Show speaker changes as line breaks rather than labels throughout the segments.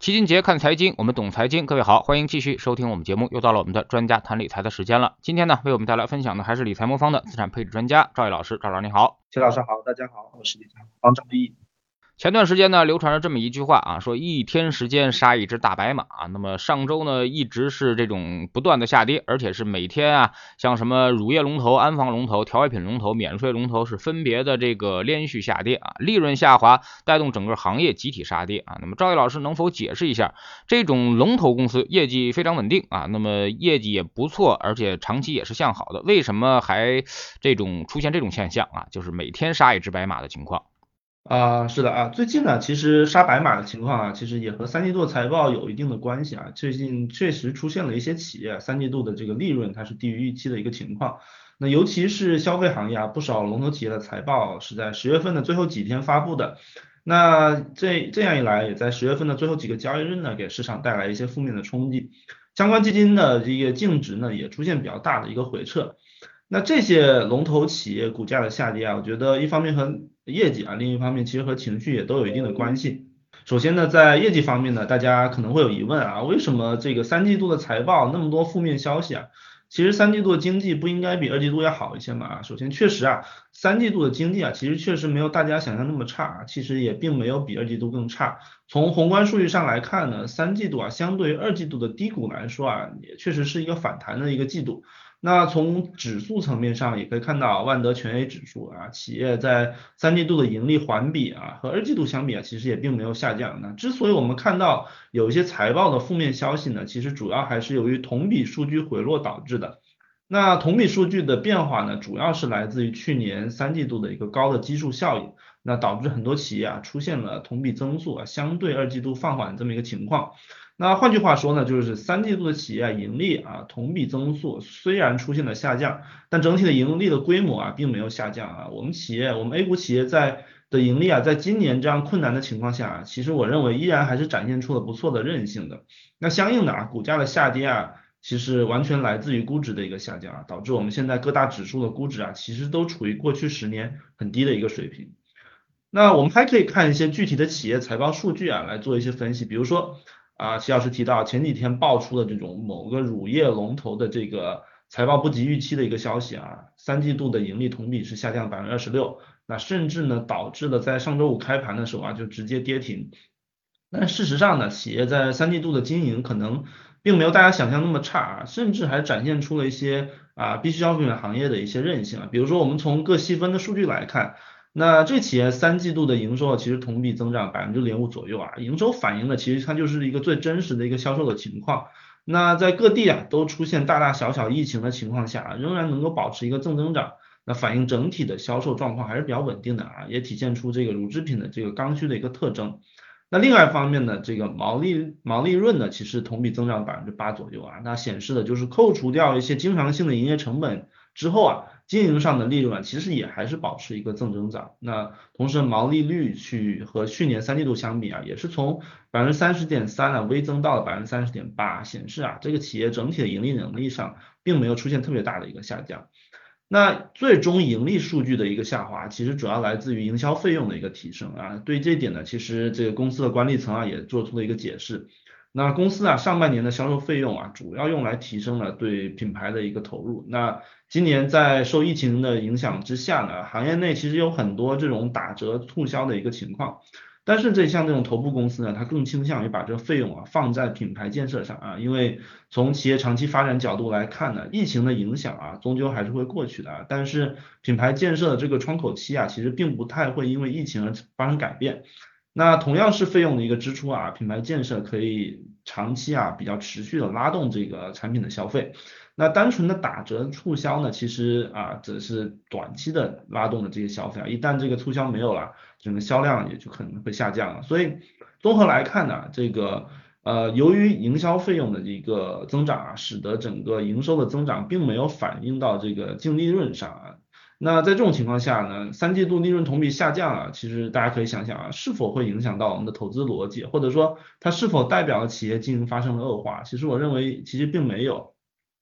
齐俊杰看财经，我们懂财经。各位好，欢迎继续收听我们节目，又到了我们的专家谈理财的时间了。今天呢，为我们带来分享的还是理财魔方的资产配置专家赵毅老师。赵老师你好。
齐老师好，大家好，我是理财魔方赵毅。
前段时间呢，流传着这么一句话啊，说一天时间杀一只大白马啊。那么上周呢，一直是这种不断的下跌，而且是每天啊，像什么乳业龙头、安防龙头、调味品龙头、免税龙头是分别的这个连续下跌啊，利润下滑，带动整个行业集体杀跌啊。那么赵毅老师能否解释一下，这种龙头公司业绩非常稳定啊，那么业绩也不错，而且长期也是向好的，为什么还出现这种现象啊？就是每天杀一只白马的情况。
是的啊，最近呢，其实杀白马的情况啊，其实也和三季度财报有一定的关系啊。最近确实出现了一些企业三季度的这个利润它是低于预期的一个情况。那尤其是消费行业啊，不少龙头企业的财报是在10月份的最后几天发布的。那这样一来，也在10月份的最后几个交易日呢，给市场带来一些负面的冲击。相关基金的这个净值呢，也出现比较大的一个回撤。那这些龙头企业股价的下跌啊，我觉得一方面和业绩啊，另一方面其实和情绪也都有一定的关系。首先呢，在业绩方面呢，大家可能会有疑问啊，为什么这个三季度的财报那么多负面消息啊？其实三季度的经济不应该比二季度要好一些吗？首先确实啊，三季度的经济啊，其实确实没有大家想象那么差啊，其实也并没有比二季度更差。从宏观数据上来看呢，三季度啊，相对于二季度的低谷来说啊，也确实是一个反弹的一个季度。那从指数层面上也可以看到，万德全 A 指数啊，企业在三季度的盈利环比啊和二季度相比啊，其实也并没有下降。那之所以我们看到有一些财报的负面消息呢，其实主要还是由于同比数据回落导致的。那同比数据的变化呢，主要是来自于去年三季度的一个高的基数效应，那导致很多企业啊出现了同比增速啊相对二季度放缓这么一个情况。那换句话说呢，就是三季度的企业盈利啊，同比增速虽然出现了下降，但整体的盈利的规模啊，并没有下降啊。我们 A 股企业的盈利啊，在今年这样困难的情况下啊，其实我认为依然还是展现出了不错的韧性的。那相应的啊，股价的下跌啊，其实完全来自于估值的一个下降啊，导致我们现在各大指数的估值啊，其实都处于过去10年很低的一个水平。那我们还可以看一些具体的企业财报数据啊，来做一些分析。比如说齐老师提到前几天爆出的这种某个乳业龙头的这个财报不及预期的一个消息啊，三季度的盈利同比是下降26%，那甚至呢导致了在上周五开盘的时候啊就直接跌停。但事实上呢，企业在三季度的经营可能并没有大家想象那么差啊，甚至还展现出了一些必需消费品行业的一些韧性啊。比如说我们从各细分的数据来看。那这企业三季度的营收啊，其实同比增长0.5%左右啊，营收反映的其实它就是一个最真实的一个销售的情况。那在各地啊都出现大大小小疫情的情况下，仍然能够保持一个正增长，那反映整体的销售状况还是比较稳定的啊，也体现出这个乳制品的这个刚需的一个特征。那另外一方面呢，这个毛利润呢，其实同比增长8%左右啊，那显示的就是扣除掉一些经常性的营业成本之后啊，经营上的利润啊，其实也还是保持一个正增长。那同时毛利率和去年三季度相比啊，也是从30.3%啊微增到了30.8%，显示啊这个企业整体的盈利能力上并没有出现特别大的一个下降。那最终盈利数据的一个下滑，其实主要来自于营销费用的一个提升啊。对这一点呢，其实这个公司的管理层啊也做出了一个解释。那公司啊上半年的销售费用啊，主要用来提升了对品牌的一个投入。那今年在受疫情的影响之下呢，行业内其实有很多这种打折促销的一个情况。但是像这种头部公司呢，它更倾向于把这个费用啊放在品牌建设上啊，因为从企业长期发展角度来看呢，疫情的影响啊终究还是会过去的啊，但是品牌建设的这个窗口期啊，其实并不太会因为疫情而发生改变。那同样是费用的一个支出啊，品牌建设可以长期啊比较持续的拉动这个产品的消费。那单纯的打折促销呢，其实只是短期的拉动的这些消费啊，一旦这个促销没有了，整个销量也就可能会下降了。所以综合来看呢，由于营销费用的一个增长啊，使得整个营收的增长并没有反映到这个净利润上啊。那在这种情况下呢，三季度利润同比下降啊，其实大家可以想想啊，是否会影响到我们的投资逻辑，或者说它是否代表了企业经营发生了恶化？其实我认为其实并没有。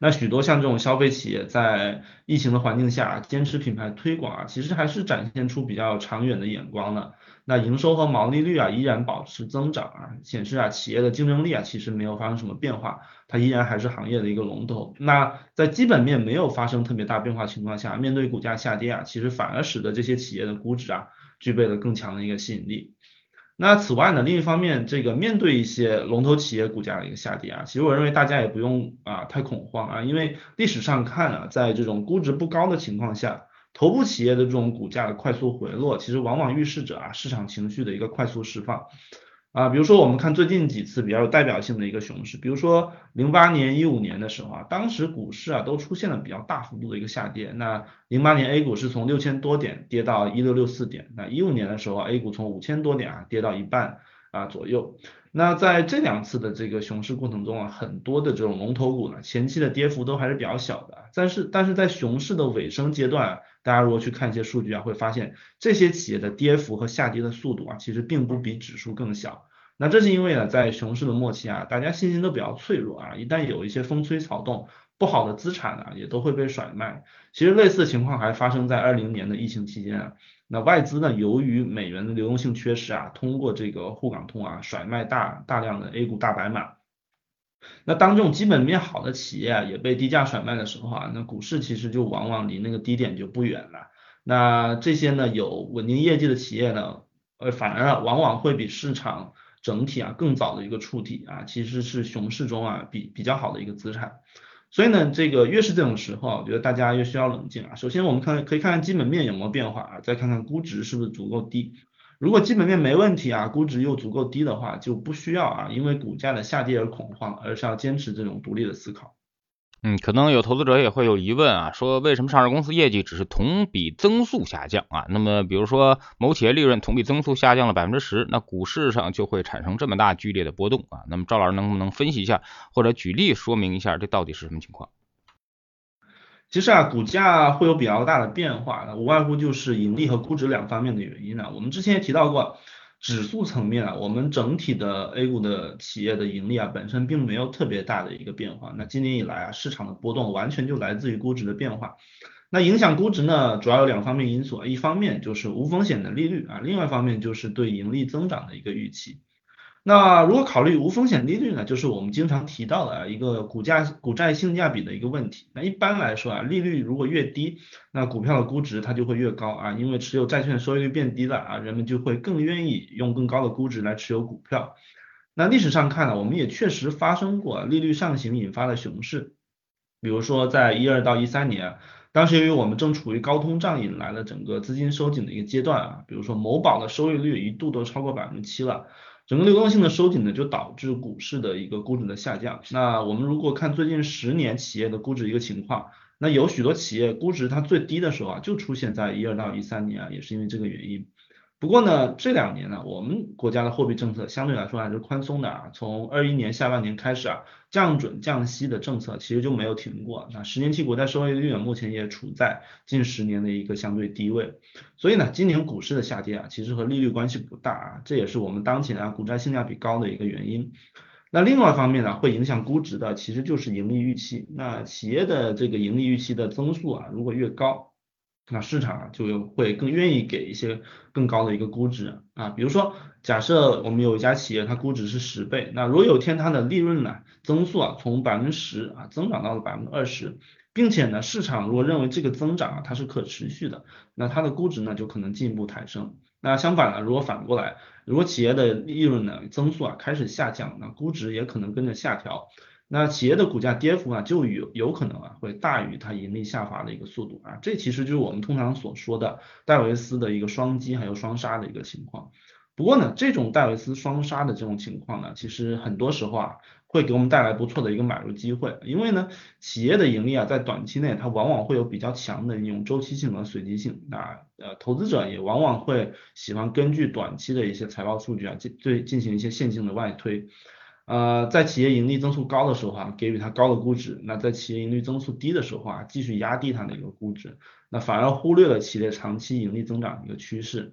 那许多像这种消费企业在疫情的环境下坚持品牌推广啊，其实还是展现出比较长远的眼光的。那营收和毛利率啊依然保持增长啊，显示啊企业的竞争力啊其实没有发生什么变化，它依然还是行业的一个龙头。那在基本面没有发生特别大变化情况下，面对股价下跌啊，其实反而使得这些企业的估值啊具备了更强的一个吸引力。那此外呢，另一方面，这个面对一些龙头企业股价的一个下跌啊，其实我认为大家也不用太恐慌啊，因为历史上看啊，在这种估值不高的情况下，头部企业的这种股价的快速回落，其实往往预示着市场情绪的一个快速释放。比如说我们看最近几次比较有代表性的一个熊市，比如说08年、15年的时候啊，当时股市都出现了比较大幅度的一个下跌。那08年 A 股是从6000多点跌到1664点，那15年的时候 A 股从5000多点跌到一半左右。那在这两次的这个熊市过程中很多的这种龙头股呢，前期的跌幅都还是比较小的，但是在熊市的尾声阶段大家如果去看一些数据会发现这些企业的跌幅和下跌的速度其实并不比指数更小。那这是因为呢，在熊市的末期大家信心都比较脆弱一旦有一些风吹草动，不好的资产也都会被甩卖。其实类似的情况还发生在20年的疫情期间那外资呢，由于美元的流动性缺失通过这个沪港通甩卖大量的 A 股大白马。那当这种基本面好的企业也被低价甩卖的时候那股市其实就往往离那个低点就不远了。那这些呢有稳定业绩的企业呢，反而往往会比市场整体更早的一个触底其实是熊市中比较好的一个资产。所以呢，这个越是这种时候我觉得大家越需要冷静首先我们可以看看基本面有没有变化再看看估值是不是足够低。如果基本面没问题估值又足够低的话，就不需要因为股价的下跌而恐慌，而是要坚持这种独立的思考。
可能有投资者也会有疑问说为什么上市公司业绩只是同比增速下降那么比如说某企业利润同比增速下降了10%，那股市上就会产生这么大剧烈的波动那么赵老师能不能分析一下或者举例说明一下这到底是什么情况？
其实股价会有比较大的变化无外乎就是盈利和估值两方面的原因我们之前也提到过，指数层面我们整体的 A 股的企业的盈利本身并没有特别大的一个变化。那今年以来市场的波动完全就来自于估值的变化。那影响估值呢，主要有两方面因素一方面就是无风险的利率另外一方面就是对盈利增长的一个预期。那如果考虑无风险利率呢，就是我们经常提到的一个股债性价比的一个问题。那一般来说利率如果越低，那股票的估值它就会越高因为持有债券收益率变低了人们就会更愿意用更高的估值来持有股票。那历史上看我们也确实发生过利率上行引发的熊市，比如说在12到13年当时由于我们正处于高通胀引来了整个资金收紧的一个阶段比如说某宝的收益率一度都超过7%了。整个流动性的收紧呢，就导致股市的一个估值的下降。那我们如果看最近10年企业的估值一个情况，那有许多企业估值它最低的时候就出现在12到13年也是因为这个原因。不过呢，这2年呢，我们国家的货币政策相对来说还是宽松的从21年下半年开始降准降息的政策其实就没有停过。那10年期国债收益率目前也处在近10年的一个相对低位。所以呢，今年股市的下跌其实和利率关系不大这也是我们当前股债性价比高的一个原因。那另外一方面呢，会影响估值的其实就是盈利预期。那企业的这个盈利预期的增速如果越高，那市场就会更愿意给一些更高的一个估值比如说假设我们有一家企业它估值是10倍，那如果有一天它的利润呢增速从10%增长到了20%，并且呢市场如果认为这个增长它是可持续的，那它的估值呢就可能进一步抬升。那相反呢，如果反过来，如果企业的利润呢增速开始下降，那估值也可能跟着下调。那企业的股价跌幅就有可能会大于它盈利下滑的一个速度这其实就是我们通常所说的戴维斯的一个双击还有双杀的一个情况。不过呢，这种戴维斯双杀的这种情况呢，其实很多时候会给我们带来不错的一个买入机会，因为呢，企业的盈利在短期内它往往会有比较强的一种周期性和随机性。那投资者也往往会喜欢根据短期的一些财报数据进行一些线性的外推。在企业盈利增速高的时候给予它高的估值，那在企业盈利增速低的时候继续压低它的一个估值，那反而忽略了企业长期盈利增长的一个趋势。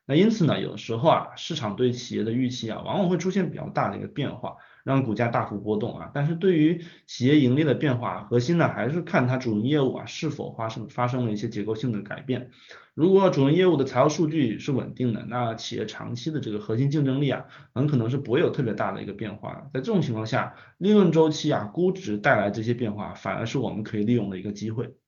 那因此呢，有的时候啊，市场对企业的预期啊，往往会出现比较大的一个变化，让股价大幅波动啊。但是对于企业盈利的变化，核心呢还是看它主营业务啊是否发生了一些结构性的改变。如果主营业务的财务数据是稳定的，那企业长期的这个核心竞争力啊，很可能是不会有特别大的一个变化。在这种情况下，利润周期啊，估值带来这些变化，反而是我们可以利用的一个机会。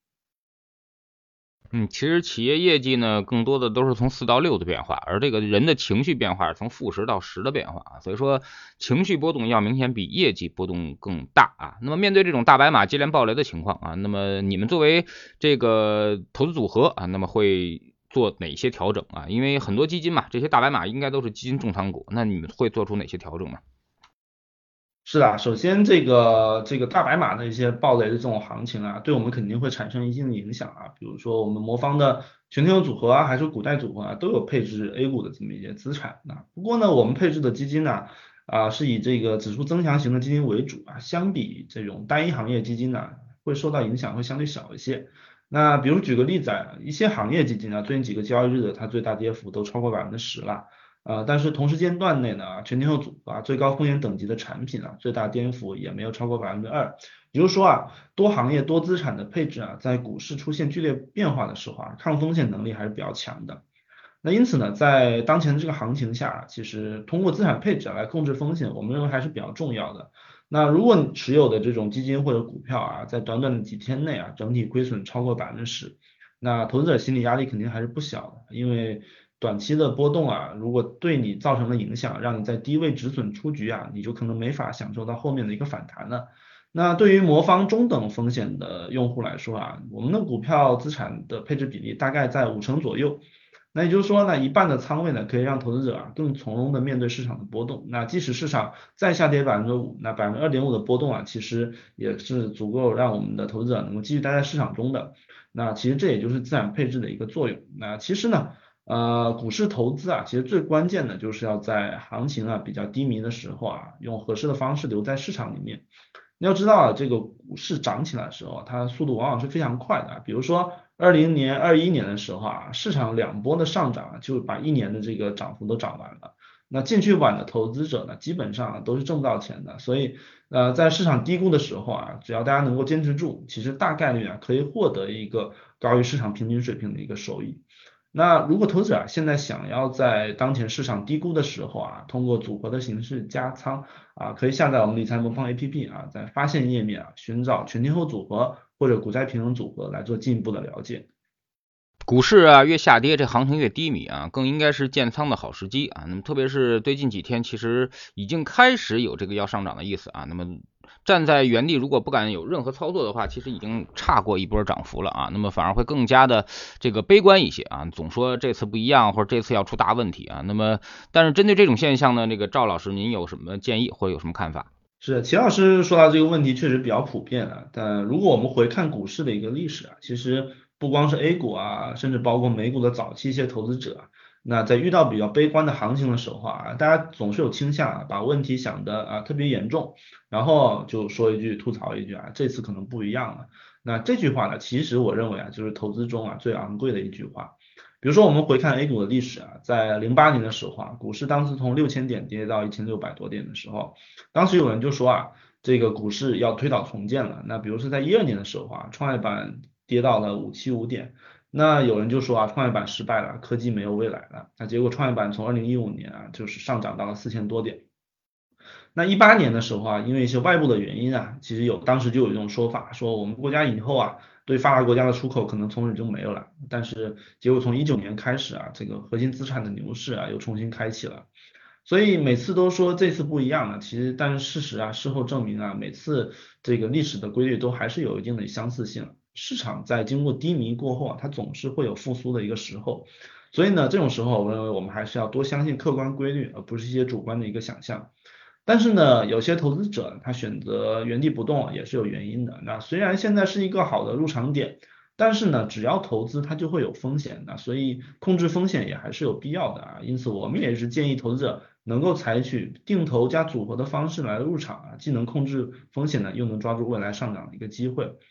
其实企业业绩呢，更多的都是从4到6的变化，而这个人的情绪变化是从-10到10的变化啊，所以说情绪波动要明显比业绩波动更大啊。那么面对这种大白马接连暴雷的情况啊，那么你们作为这个投资组合啊，那么会做哪些调整啊？因为很多基金嘛，这些大白马应该都是基金重仓股，那你们会做出哪些调整呢？
是的，首先这个大白马的一些暴雷的这种行情啊，对我们肯定会产生一定的影响啊。比如说我们魔方的全天候组合啊，还是古代组合啊，都有配置 A 股的这么一些资产啊。不过呢，我们配置的基金呢，是以这个指数增强型的基金为主啊，相比这种单一行业基金呢，会受到影响会相对小一些。那比如举个例子啊，一些行业基金啊，最近几个交易日的它最大跌幅都超过10%了。但是同时间段内呢，全天候组合啊，最高风险等级的产品啊，最大跌幅也没有超过2%。也就是说啊，多行业多资产的配置啊，在股市出现剧烈变化的时候啊，抗风险能力还是比较强的。那因此呢，在当前这个行情下，其实通过资产配置来控制风险，我们认为还是比较重要的。那如果你持有的这种基金或者股票啊，在短短的几天内啊，整体亏损超过10%，那投资者心理压力肯定还是不小的，因为短期的波动啊，如果对你造成了影响，让你在低位止损出局啊，你就可能没法享受到后面的一个反弹了。那对于魔方中等风险的用户来说啊，我们的股票资产的配置比例大概在50%左右。那也就是说呢，一半的仓位呢，可以让投资者啊更从容的面对市场的波动。那即使市场再下跌5%，那2.5%的波动啊，其实也是足够让我们的投资者能够继续待在市场中的。那其实这也就是资产配置的一个作用。那其实呢，股市投资啊，其实最关键的就是要在行情啊比较低迷的时候啊，用合适的方式留在市场里面。你要知道啊，这个股市涨起来的时候，它速度往往是非常快的。比如说20年、21年的时候啊，市场两波的上涨啊就把一年的这个涨幅都涨完了。那进去晚的投资者呢，基本上都是挣不到钱的。所以在市场低估的时候啊，只要大家能够坚持住，其实大概率啊可以获得一个高于市场平均水平的一个收益。那如果投资者现在想要在当前市场低估的时候啊，通过组合的形式加仓啊，可以下载我们理财魔方 APP 啊，在发现页面啊寻找全天候组合或者股债平衡组合来做进一步的了解。
股市啊越下跌，这行情越低迷啊，更应该是建仓的好时机啊。那么特别是最近几天，其实已经开始有这个要上涨的意思啊。那么站在原地，如果不敢有任何操作的话，其实已经差过一波涨幅了啊。那么反而会更加的这个悲观一些啊，总说这次不一样，或者这次要出大问题啊。那么但是针对这种现象呢，这个赵老师您有什么建议或者有什么看法？
是，齐老师说到这个问题确实比较普遍啊，但如果我们回看股市的一个历史啊，其实不光是 A 股啊，甚至包括美股的早期一些投资者啊，那在遇到比较悲观的行情的时候啊，大家总是有倾向啊，把问题想的特别严重，然后就说一句吐槽一句啊，这次可能不一样了。那这句话呢，其实我认为啊，就是投资中啊最昂贵的一句话。比如说我们回看 A 股的历史啊，在08年的时候啊，股市当时从6000点跌到1600多点的时候。当时有人就说啊，这个股市要推倒重建了。那比如说在12年的时候啊，创业板跌到了575点，那有人就说啊，创业板失败了，科技没有未来了。那结果创业板从2015年啊，就是上涨到了4000多点。那18年的时候啊，因为一些外部的原因啊，其实当时就有一种说法，说我们国家以后啊，对发达国家的出口可能从此就没有了。但是结果从19年开始啊，这个核心资产的牛市啊，又重新开启了。所以每次都说这次不一样了，其实但是事实啊，事后证明啊，每次这个历史的规律都还是有一定的相似性。市场在经过低迷过后啊，它总是会有复苏的一个时候。所以呢，这种时候我认为我们还是要多相信客观规律，而不是一些主观的一个想象。但是呢，有些投资者他选择原地不动也是有原因的。那虽然现在是一个好的入场点，但是呢，只要投资它就会有风险的，所以控制风险也还是有必要的啊。因此，我们也是建议投资者能够采取定投加组合的方式来入场啊，既能控制风险呢，又能抓住未来上涨的一个机会。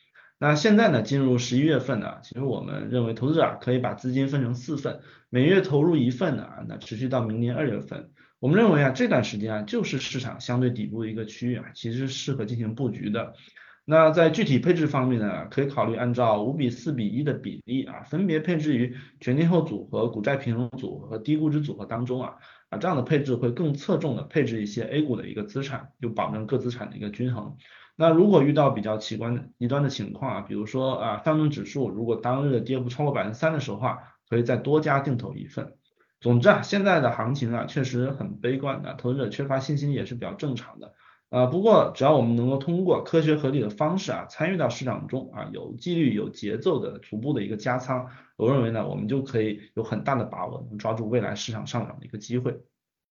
那现在呢，进入11月份呢，其实我们认为投资者可以把资金分成4份，每月投入1份那持续到明年2月份。我们认为这段时间就是市场相对底部的一个区域其实适合进行布局的。那在具体配置方面呢，可以考虑按照5:4:1的比例分别配置于全天候组合、股债平衡组合和低估值组合当中这样的配置会更侧重的配置一些 A 股的一个资产，就保证各资产的一个均衡。那如果遇到比较极端的情况比如说上证指数如果当日的跌幅超过3%的时候可以再多加定投1份。总之现在的行情确实很悲观投资者缺乏信心也是比较正常的。不过只要我们能够通过科学合理的方式参与到市场中有纪律有节奏的逐步的一个加仓，我认为呢我们就可以有很大的把握能抓住未来市场上涨的一个机会。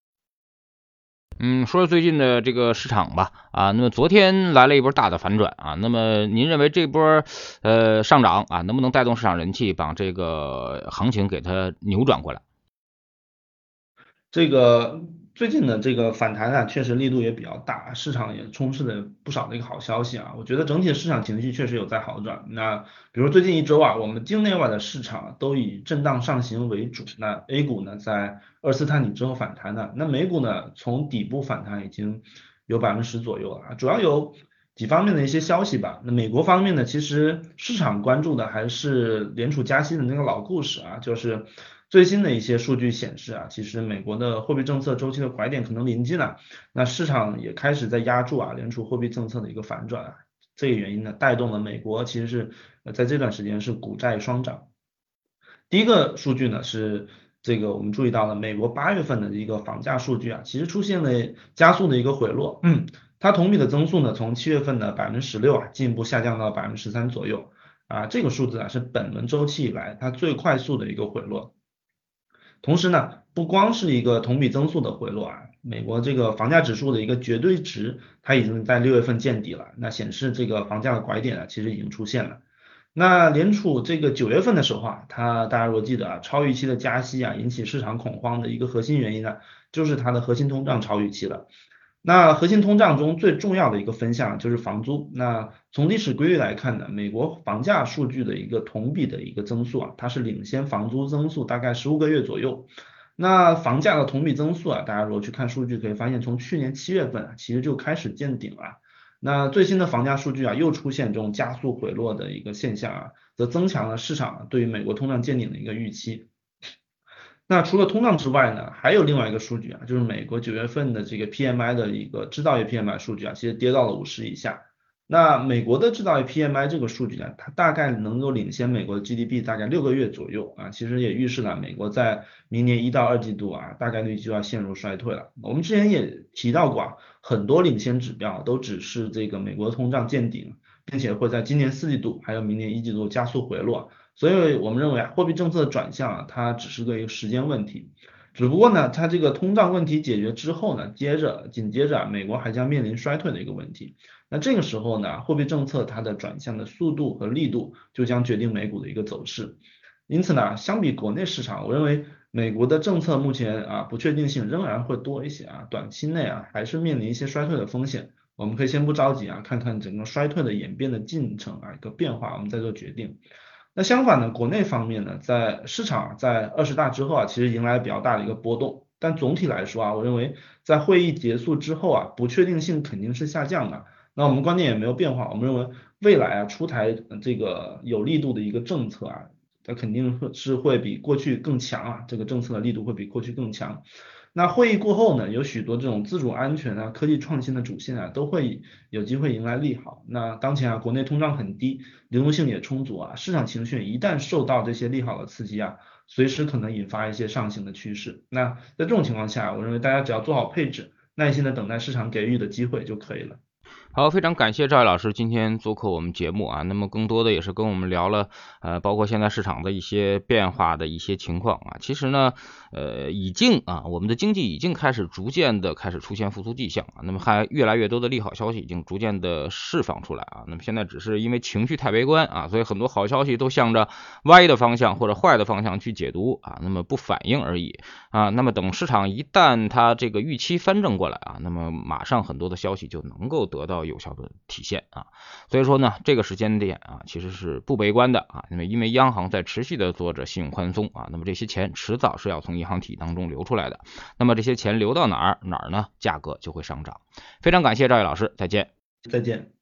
说说最近的这个市场吧那么昨天来了一波大的反转那么您认为这波上涨能不能带动市场人气，把这个行情给它扭转过来？
这个最近的这个反弹确实力度也比较大，市场也充斥着不少的一个好消息我觉得整体的市场情绪确实有在好转。那比如最近1周我们境内外的市场都以震荡上行为主。那 A 股呢在2次探底之后反弹那美股呢从底部反弹已经有10%左右了主要有几方面的一些消息吧。那美国方面呢，其实市场关注的还是联储加息的那个老故事就是最新的一些数据显示其实美国的货币政策周期的拐点可能临近了，那市场也开始在压住联储货币政策的一个反转这个原因呢带动了美国其实是在这段时间是股债双涨。第一个数据呢是这个我们注意到了美国8月份的一个房价数据其实出现了加速的一个回落它同比的增速呢从7月份的16%进一步下降到13%左右这个数字是本轮周期以来它最快速的一个回落。同时呢，不光是一个同比增速的回落美国这个房价指数的一个绝对值，它已经在6月份见底了，那显示这个房价的拐点其实已经出现了。那联储这个9月份的时候它大家如果记得超预期的加息引起市场恐慌的一个核心原因呢，就是它的核心通胀超预期了。那核心通胀中最重要的一个分项就是房租。那从历史规律来看呢，美国房价数据的一个同比的一个增速它是领先房租增速大概15个月左右。那房价的同比增速大家如果去看数据可以发现，从去年7月份其实就开始见顶了。那最新的房价数据又出现这种加速回落的一个现象则增强了市场对于美国通胀见顶的一个预期。那除了通胀之外呢，还有另外一个数据就是美国9月份的这个 PMI 的一个制造业 PMI 数据其实跌到了50以下。那美国的制造业 PMI 这个数据它大概能够领先美国的 GDP 大概6个月左右其实也预示了美国在明年1到2季度大概率就要陷入衰退了。我们之前也提到过很多领先指标都只是这个美国通胀见顶，并且会在今年4季度还有明年1季度加速回落。所以我们认为货币政策的转向它只是个一个时间问题。只不过呢它这个通胀问题解决之后呢，紧接着美国还将面临衰退的一个问题。那这个时候呢，货币政策它的转向的速度和力度就将决定美股的一个走势。因此呢，相比国内市场，我认为美国的政策目前不确定性仍然会多一些短期内还是面临一些衰退的风险。我们可以先不着急看看整个衰退的演变的进程一个变化，我们再做决定。那相反呢，国内方面呢，在市场在20大之后其实迎来了比较大的一个波动，但总体来说我认为在会议结束之后不确定性肯定是下降的。那我们观点也没有变化，我们认为未来出台这个有力度的一个政策它肯定是会比过去更强这个政策的力度会比过去更强。那会议过后呢，有许多这种自主安全科技创新的主线都会有机会迎来利好。那当前国内通胀很低，流动性也充足市场情绪一旦受到这些利好的刺激随时可能引发一些上行的趋势。那在这种情况下，我认为大家只要做好配置，耐心的等待市场给予的机会就可以了。
好，非常感谢赵毅老师今天做客我们节目那么更多的也是跟我们聊了包括现在市场的一些变化的一些情况其实呢已经我们的经济已经开始逐渐的开始出现复苏迹象那么还越来越多的利好消息已经逐渐的释放出来那么现在只是因为情绪太悲观所以很多好消息都向着歪的方向或者坏的方向去解读那么不反应而已那么等市场一旦它这个预期翻正过来那么马上很多的消息就能够得到较有效的体现啊。所以说呢，这个时间点啊，其实是不悲观的啊，因为央行在持续的做着信用宽松啊，那么这些钱迟早是要从银行体当中流出来的，那么这些钱流到哪儿呢，价格就会上涨。非常感谢赵毅老师，再见。
再见。